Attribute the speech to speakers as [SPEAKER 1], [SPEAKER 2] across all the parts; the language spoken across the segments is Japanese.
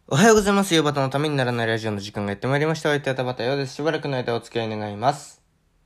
[SPEAKER 1] おはようございます。夕方のためにならないラジオの時間がやってまいりました。お相手は田畑ようです。しばらくの間お付き合い願います。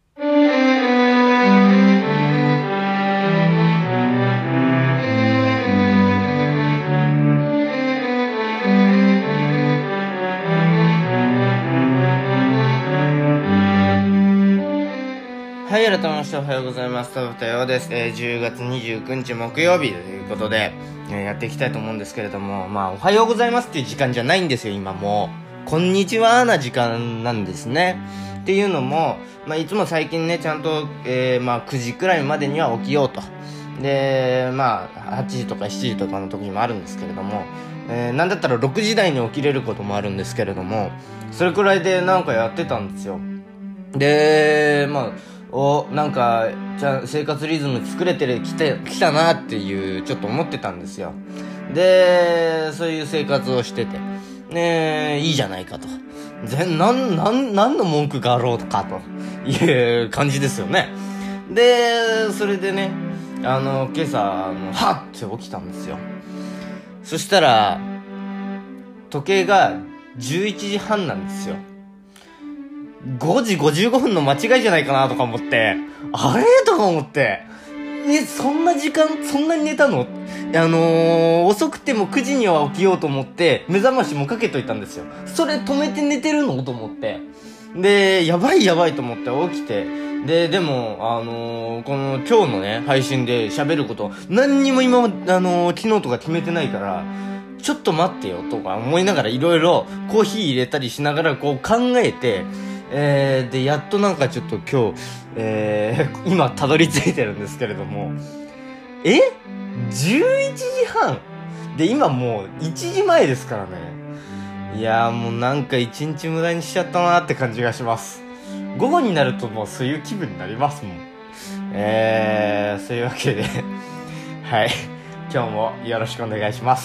[SPEAKER 1] はい、改めましておはようございます。田畑ようです。10月29日木曜日ということで、やっていきたいと思うんですけれども、おはようございますっていう時間じゃないんですよ、今もう。こんにちはな時間なんですね。っていうのも、いつも最近ね、ちゃんと、9時くらいまでには起きようと。で、8時とか7時とかの時もあるんですけれども、なんだったら6時台に起きれることもあるんですけれども、それくらいでなんかやってたんですよ。で、なんか、生活リズム作れてきたなっていう、ちょっと思ってたんですよ。で、そういう生活をしてて、ねいいじゃないかと。何の文句があろうかという感じですよね。で、それでね、今朝、はっって起きたんですよ。そしたら、時計が11時半なんですよ。5時55分の間違いじゃないかなとか思って、あれとか思って、そんな時間、そんなに寝たの？遅くても9時には起きようと思って、目覚ましもかけといたんですよ。それ止めて寝てるのと思って。で、やばいと思って起きて、でも、この今日のね、配信で喋ること、何にも今、昨日とか決めてないから、ちょっと待ってよとか思いながらいろいろコーヒー入れたりしながらこう考えて、で、やっとなんかちょっと今日、今たどり着いてるんですけれども、11時半で、今もう1時前ですからね。いやーもうなんか1日無駄にしちゃったなーって感じがします。午後になるともうそういう気分になりますもん。そういうわけではい。今日もよろしくお願いします。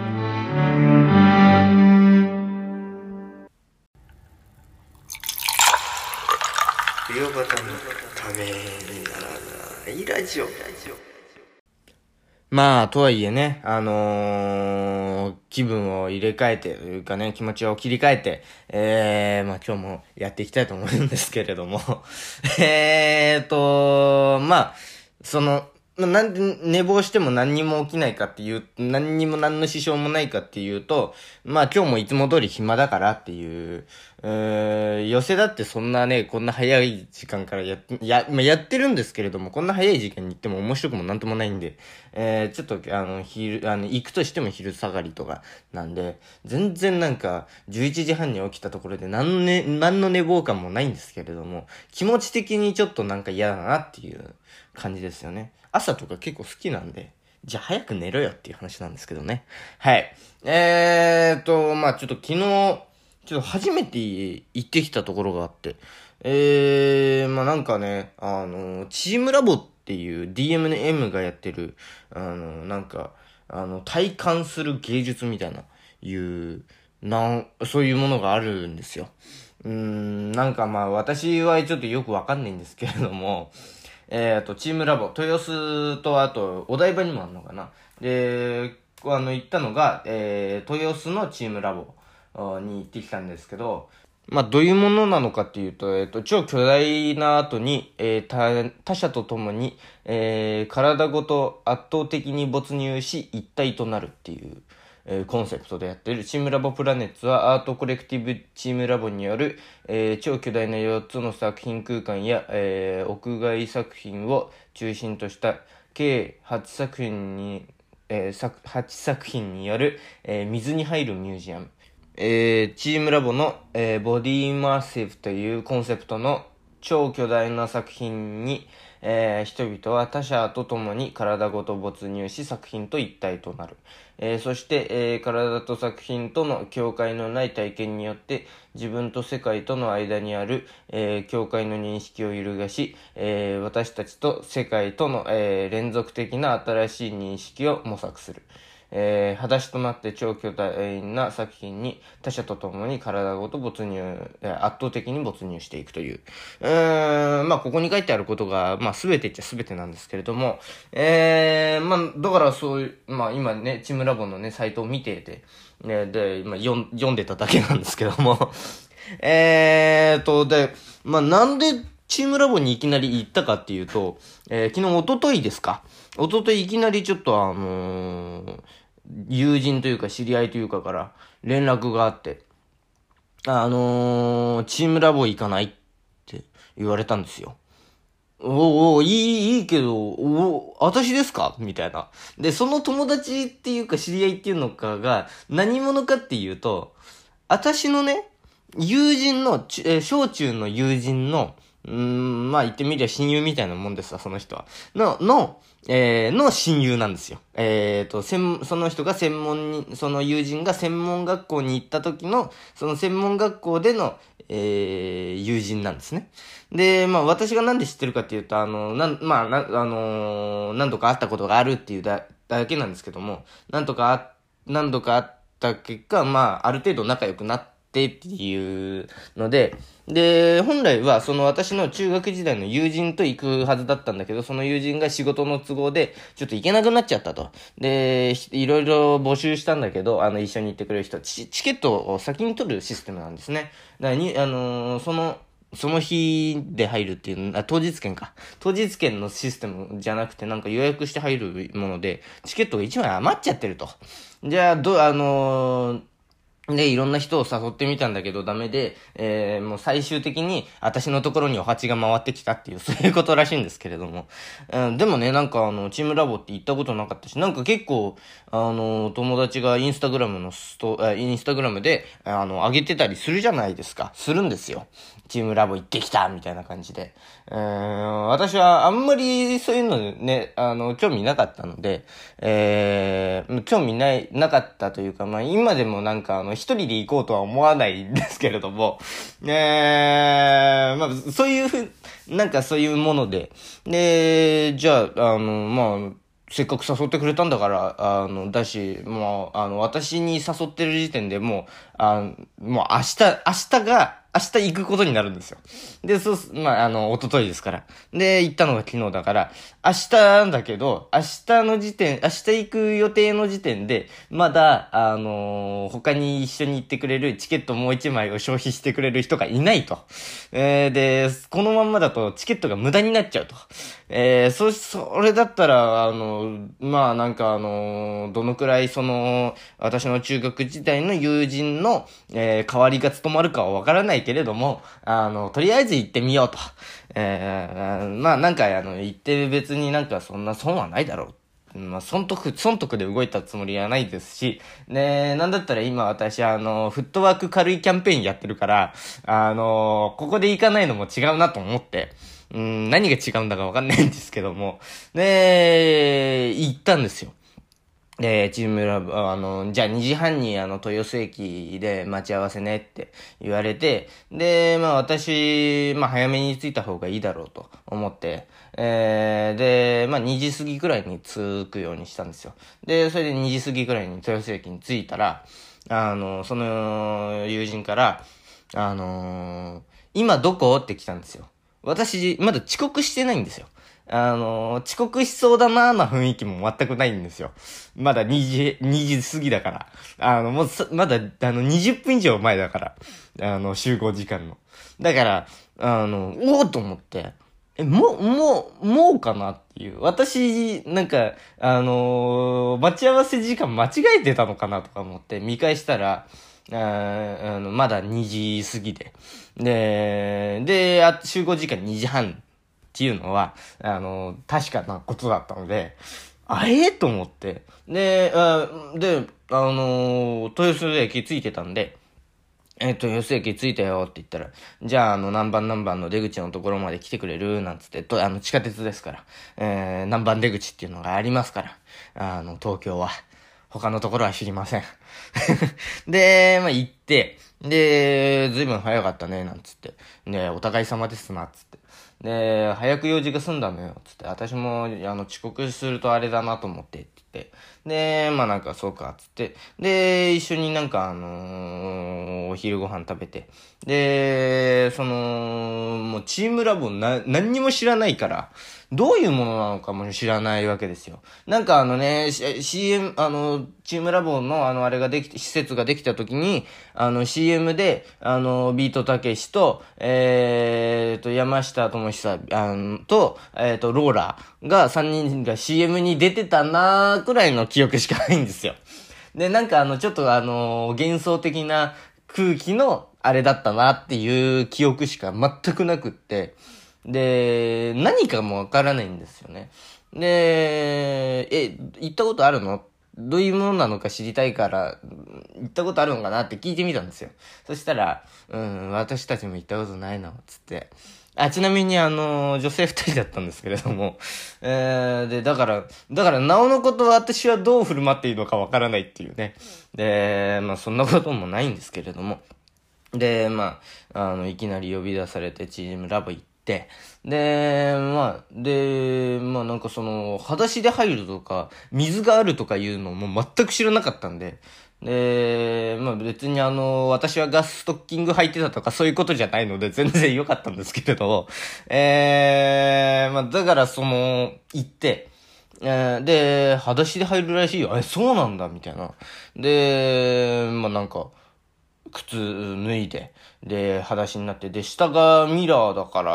[SPEAKER 1] 夕方のためにならないラジオ。とはいえね、気分を入れ替えて、というかね、気持ちを切り替えて、今日もやっていきたいと思うんですけれどもその、なんで寝坊しても何にも起きないかっていう、何の支障もないかっていうと、今日もいつも通り暇だからっていう、寄せだってそんなね、こんな早い時間からやってるんですけれども、こんな早い時間に行っても面白くもなんともないんで、ちょっと、行くとしても昼下がりとかなんで、全然なんか、11時半に起きたところで何の寝坊感もないんですけれども、気持ち的にちょっとなんか嫌だなっていう感じですよね。朝とか結構好きなんで、じゃあ早く寝ろよっていう話なんですけどね。はい。ちょっと昨日、ちょっと初めて行ってきたところがあって、なんかね、チームラボっていう DMM がやってる、体感する芸術みたいな、そういうものがあるんですよ。私はちょっとよくわかんないんですけれども、チームラボ、豊洲とあと、お台場にもあるのかな。で、行ったのが、豊洲のチームラボに行ってきたんですけど、どういうものなのかっていうと、超巨大な後に、他者と共に、体ごと圧倒的に没入し、一体となるっていう、コンセプトでやってるチームラボプラネッツはアートコレクティブチームラボによる、超巨大な4つの作品空間や、屋外作品を中心とした計8作品に、8作品による、水に入るミュージアム。チームラボの、ボディイマーシブというコンセプトの超巨大な作品に、人々は他者と共に体ごと没入し作品と一体となる。そして、体と作品との境界のない体験によって自分と世界との間にある、境界の認識を揺るがし、私たちと世界との、連続的な新しい認識を模索する。裸足となって超巨大な作品に他者と共に体ごと没入、圧倒的に没入していくという。ここに書いてあることが、全てっちゃ全てなんですけれども、だからそういう、今ね、チームラボのね、サイトを見ていて、 ね、で、今読んでただけなんですけども。で、まあ、なんでチームラボにいきなり行ったかっていうと、昨日、一昨日ですか。一昨日いきなりちょっと友人というか知り合いというかから連絡があって、チームラボ行かないって言われたんですよ。いいけど、私ですかみたいな。で、その友達っていうか知り合いっていうのかが何者かっていうと、私のね、友人の、小中の友人の、まあ言ってみりゃ親友みたいなもんですわ、その人は。の親友なんですよ。その人がその友人が専門学校に行った時の、その専門学校での、友人なんですね。で、まあ私がなんで知ってるかっていうと、何度か会ったことがあるっていうだけなんですけども、何度か会った結果、まあある程度仲良くなってっていうので、で、本来はその私の中学時代の友人と行くはずだったんだけど、その友人が仕事の都合でちょっと行けなくなっちゃったと。で、いろいろ募集したんだけど、一緒に行ってくれる人、チケットを先に取るシステムなんですね。だからその日で入るっていう、当日券か。当日券のシステムじゃなくてなんか予約して入るもので、チケットが1枚余っちゃってると。じゃあ、で、いろんな人を誘ってみたんだけどダメで、もう最終的に私のところにお鉢が回ってきたっていう、そういうことらしいんですけれども。でもね、なんかチームラボって行ったことなかったし、なんか結構、友達がインスタグラムで、上げてたりするじゃないですか。するんですよ。チームラボ行ってきたみたいな感じで。私はあんまりそういうのね、興味なかったので、興味なかったというか、まあ今でもなんか一人で行こうとは思わないんですけれども、まあそういうなんかそういうもので、で、じゃあ、まあ、せっかく誘ってくれたんだから、だし、もう、私に誘ってる時点でもう、もう明日行くことになるんですよ。で、まあ、一昨日ですから。で、行ったのが昨日だから、明日なんだけど、明日行く予定の時点で、まだ、他に一緒に行ってくれるチケットもう一枚を消費してくれる人がいないと。で、このまんまだとチケットが無駄になっちゃうと。それだったら、まあなんかどのくらい私の中学時代の友人の、代わりが務まるかはわからないけれども、とりあえず行ってみようと。まあなんか行って別になんかそんな損はないだろう。まあ、損得で動いたつもりはないですし、ね、なんだったら今私フットワーク軽いキャンペーンやってるから、ここで行かないのも違うなと思って、何が違うんだかわかんないんですけども、で、行ったんですよ。で、チームラボ、じゃあ2時半に豊洲駅で待ち合わせねって言われて、で、まあ私、まあ早めに着いた方がいいだろうと思って、で、まあ2時過ぎくらいに着くようにしたんですよ。で、それで2時過ぎくらいに豊洲駅に着いたら、その友人から、今どこって来たんですよ。私、まだ遅刻してないんですよ。遅刻しそうだなーな雰囲気も全くないんですよ。まだ2時過ぎだから。まだ、20分以上前だから。集合時間の。だから、おーと思って、もうかなっていう。私、なんか、待ち合わせ時間間違えてたのかなとか思って見返したら、まだ2時過ぎで。集合時間2時半っていうのは、確かなことだったので、と思って。豊洲駅着いてたんで、豊洲駅着いたよって言ったら、じゃあ何番の出口のところまで来てくれるなんつって、地下鉄ですから、何番出口っていうのがありますから、東京は。他のところは知りません。で、まあ、行って、で、ずいぶん早かったね、なんつって。ね、お互い様ですな、つって。で、早く用事が済んだのよ、つって。私も、遅刻するとあれだなと思って、って言って。で、まあなんかそうか、つって。で、一緒になんかお昼ご飯食べて。で、もうチームラボ何にも知らないから、どういうものなのかも知らないわけですよ。なんかCM、チームラボのあれができて、施設ができた時に、CM で、ビートたけしと、山下智久、と、ローラが3人が CM に出てたなーくらいの記憶しかないんですよ。で、なんかちょっと幻想的な空気のあれだったなっていう記憶しか全くなくって、で、何かもわからないんですよね。で、行ったことあるの？どういうものなのか知りたいから、行ったことあるのかなって聞いてみたんですよ。そしたら、私たちも行ったことないの、つって。ちなみに女性二人だったんですけれども、で、だから、なおのこと私はどう振る舞っていいのかわからないっていうね。で、まあそんなこともないんですけれども。で、まあ、いきなり呼び出されてチームラボ行って、で、なんか裸足で入るとか、水があるとかいうのも全く知らなかったんで、で、まあ別に私はガスストッキング履いてたとかそういうことじゃないので全然良かったんですけれど、まあだから行って、で、裸足で入るらしいよ。そうなんだ、みたいな。で、まあなんか、靴脱いで、で、裸足になって、で、下がミラーだから、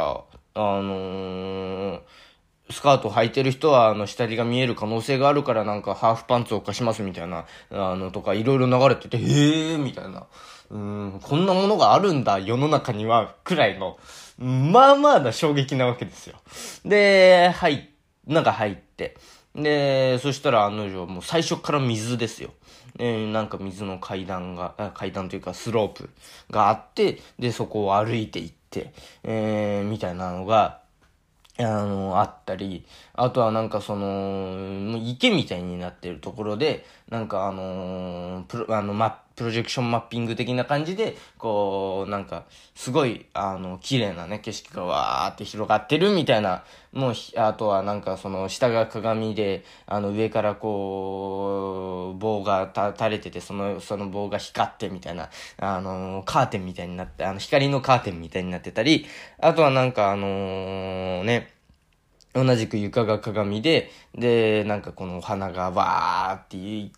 [SPEAKER 1] スカート履いてる人は、下着が見える可能性があるから、なんか、ハーフパンツを貸しますみたいな、とか、いろいろ流れてて、みたいな。こんなものがあるんだ、世の中には、くらいの、まあまあな衝撃なわけですよ。で、中入って、で、そしたら案の定、もう最初から水ですよ。なんか水の階段というかスロープがあって、で、そこを歩いていって、みたいなのが、あったり、あとはなんか池みたいになってるところで、なんかプロジェクションマッピング的な感じで、こう、なんか、すごい、綺麗なね、景色がわーって広がってるみたいな、あとはなんか下が鏡で、上からこう、棒が垂れてて、その棒が光ってみたいな、カーテンみたいになって、光のカーテンみたいになってたり、あとはなんかね、同じく床が鏡で、なんかこのお花がわーっていう、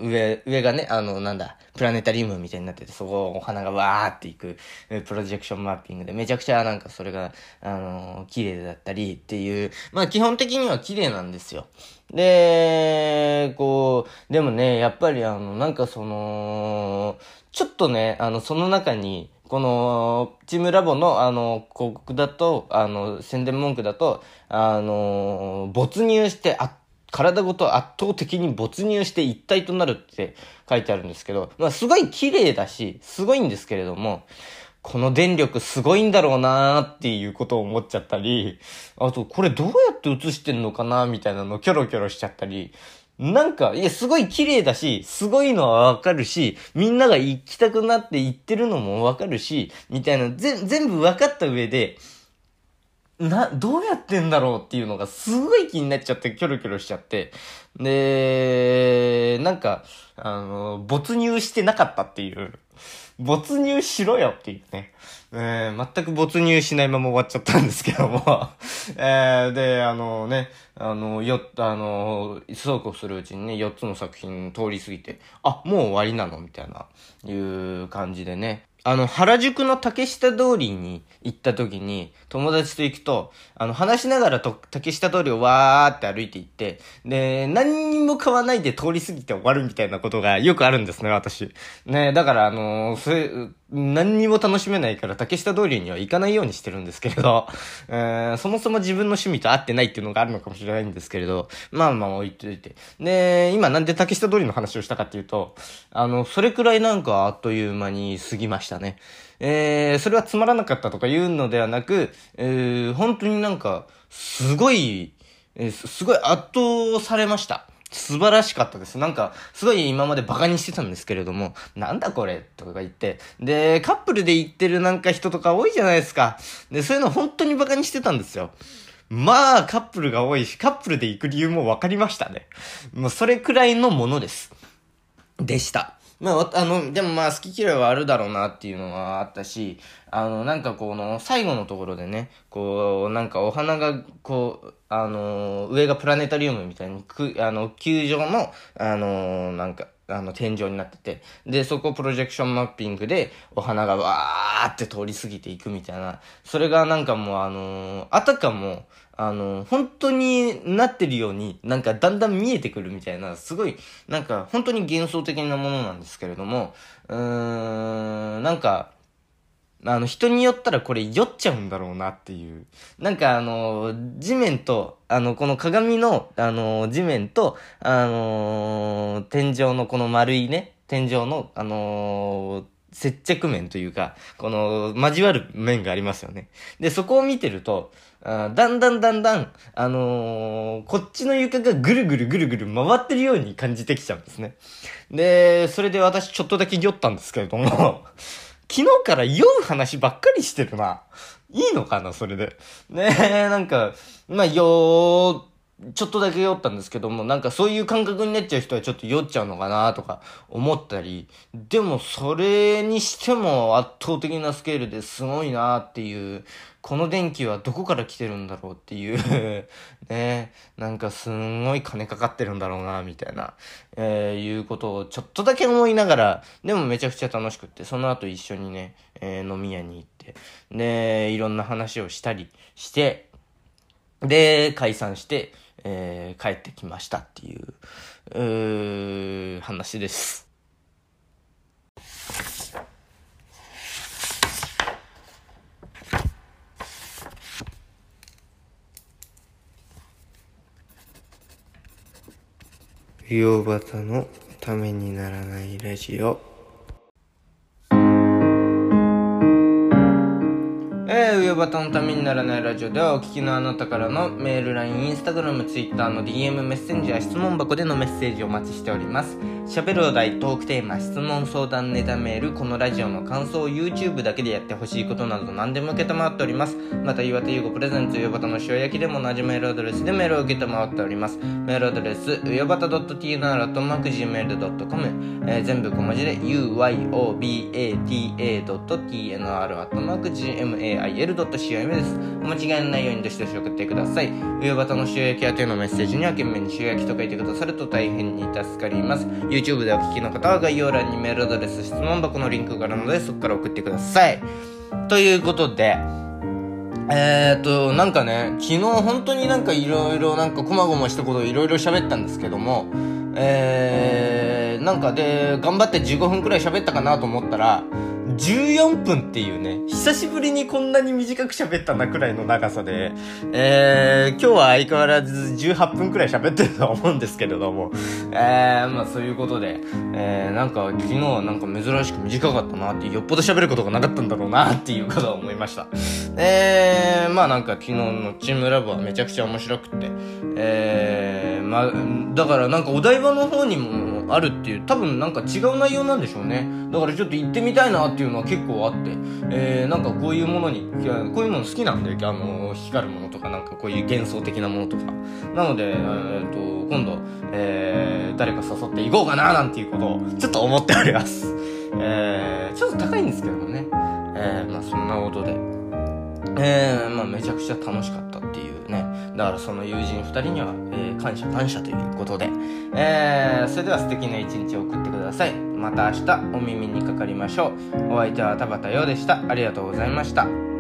[SPEAKER 1] 上がね、プラネタリウムみたいになってて、そこお花がわーっていく、プロジェクションマッピングで、めちゃくちゃなんかそれが、綺麗だったりっていう、まあ基本的には綺麗なんですよ。で、でもね、やっぱりなんかちょっとね、その中に、この、チームラボの、広告だと、宣伝文句だと、没入して、体ごと圧倒的に没入して一体となるって書いてあるんですけど、まあ、すごい綺麗だし、すごいんですけれども、この電力すごいんだろうなーっていうことを思っちゃったり、あと、これどうやって映してんのかなみたいなのをキョロキョロしちゃったり、なんか、すごい綺麗だし、すごいのはわかるし、みんなが行きたくなって行ってるのもわかるし、みたいな、全部わかった上で、どうやってんだろうっていうのがすごい気になっちゃって、キョロキョロしちゃって。で、なんか、没入してなかったっていう。没入しろよっていうね。全く没入しないまま終わっちゃったんですけども。で、そうこうするうちにね、4つの作品通り過ぎて、もう終わりなのみたいな、いう感じでね。原宿の竹下通りに行った時に、友達と行くと、話しながら竹下通りをわーって歩いて行って、で、何にも買わないで通り過ぎて終わるみたいなことがよくあるんですね、私。ね、だから、何にも楽しめないから竹下通りには行かないようにしてるんですけれど、そもそも自分の趣味と合ってないっていうのがあるのかもしれないんですけれど、まあまあ置いといて。で、今なんで竹下通りの話をしたかっていうと、それくらいなんかあっという間に過ぎましたね。それはつまらなかったとか言うのではなく、本当になんか、すごい圧倒されました。素晴らしかったです。なんか、すごい今までバカにしてたんですけれども、なんだこれとか言って。で、カップルで行ってるなんか人とか多いじゃないですか。で、そういうの本当にバカにしてたんですよ。まあ、カップルが多いし、カップルで行く理由も分かりましたね。もうそれくらいのものです。でした。 でもまあ好き嫌いはあるだろうなっていうのはあったし、なんかこの最後のところでね、こう、なんかお花が、こう、上がプラネタリウムみたいに、球状の、なんか、天井になってて、で、そこをプロジェクションマッピングで、お花がわーって通り過ぎていくみたいな、それがなんかもうあたかも、本当になってるように、なんかだんだん見えてくるみたいな、すごい、なんか本当に幻想的なものなんですけれども、なんか、人によったらこれ酔っちゃうんだろうなっていう。なんか地面と、この鏡の、地面と、天井のこの丸いね、天井の、接着面というか、この交わる面がありますよね。で、そこを見てると、だんだん、こっちの床がぐるぐるぐるぐる回ってるように感じてきちゃうんですね。で、それで私ちょっとだけ酔ったんですけれども、昨日から酔う話ばっかりしてるな。いいのかな、それで。ねえ、なんか、まあ、ちょっとだけ酔ったんですけども、なんかそういう感覚になっちゃう人はちょっと酔っちゃうのかなとか思ったり、でもそれにしても圧倒的なスケールですごいなっていう、この電気はどこから来てるんだろうっていうね、なんかすんごい金かかってるんだろうなみたいな、いうことをちょっとだけ思いながら、でもめちゃくちゃ楽しくって、その後一緒にね、飲み屋に行って、で、いろんな話をしたりして、で、解散して、帰ってきましたっていう、話です。美容バタのためにならないラジオ。ウヨバタのためにならないラジオではお聞きのあなたからのメール、LINE、Instagram、Twitter の DM、メッセンジャー、質問箱でのメッセージをお待ちしております。喋るお題、トークテーマ、質問、相談、ネタメール、このラジオの感想、YouTube だけでやってほしいことなど何でも受けたまわっております。また、岩手優子プレゼンツ、ウヨバタの塩焼きでも同じメールアドレスでメールを受けたまわっております。メールアドレス、うよばた .tnr@gmail.com、全部小文字で uyobata.tnr@gmail.com です。お間違いのないようにどしどし送ってください。うよばたの塩焼き宛てのメッセージには懸命に塩焼きと書いてくださると大変に助かります。YouTube でお聞きの方は概要欄にメールアドレス、質問箱のリンクがあるのでそこから送ってください。ということで、なんかね、昨日本当になんかいろいろなんかこまごましたことをいろいろ喋ったんですけども、なんかで、頑張って15分くらい喋ったかなと思ったら、14分っていうね、久しぶりにこんなに短く喋ったなくらいの長さで、今日は相変わらず18分くらい喋ってると思うんですけれども、まあそういうことで、なんか昨日はなんか珍しく短かったなっていう、よっぽど喋ることがなかったんだろうなっていうことは思いました。まあなんか昨日のチームラボはめちゃくちゃ面白くて、まあ、だからなんかお台場の方にもあるっていう、多分なんか違う内容なんでしょうね。だからちょっと行ってみたいなっていうのは結構あって、なんかこういうものに、こういうもの好きなんで、光るものとかなんかこういう幻想的なものとか。なので、今度、誰か誘っていこうかななんていうことをちょっと思っております。ちょっと高いんですけどもね。まあそんなことで、まあめちゃくちゃ楽しかったっていうね。だからその友人2人には、感謝ということで、それでは素敵な一日を送ってください。また明日お耳にかかりましょう。お相手は田畑陽でした。ありがとうございました。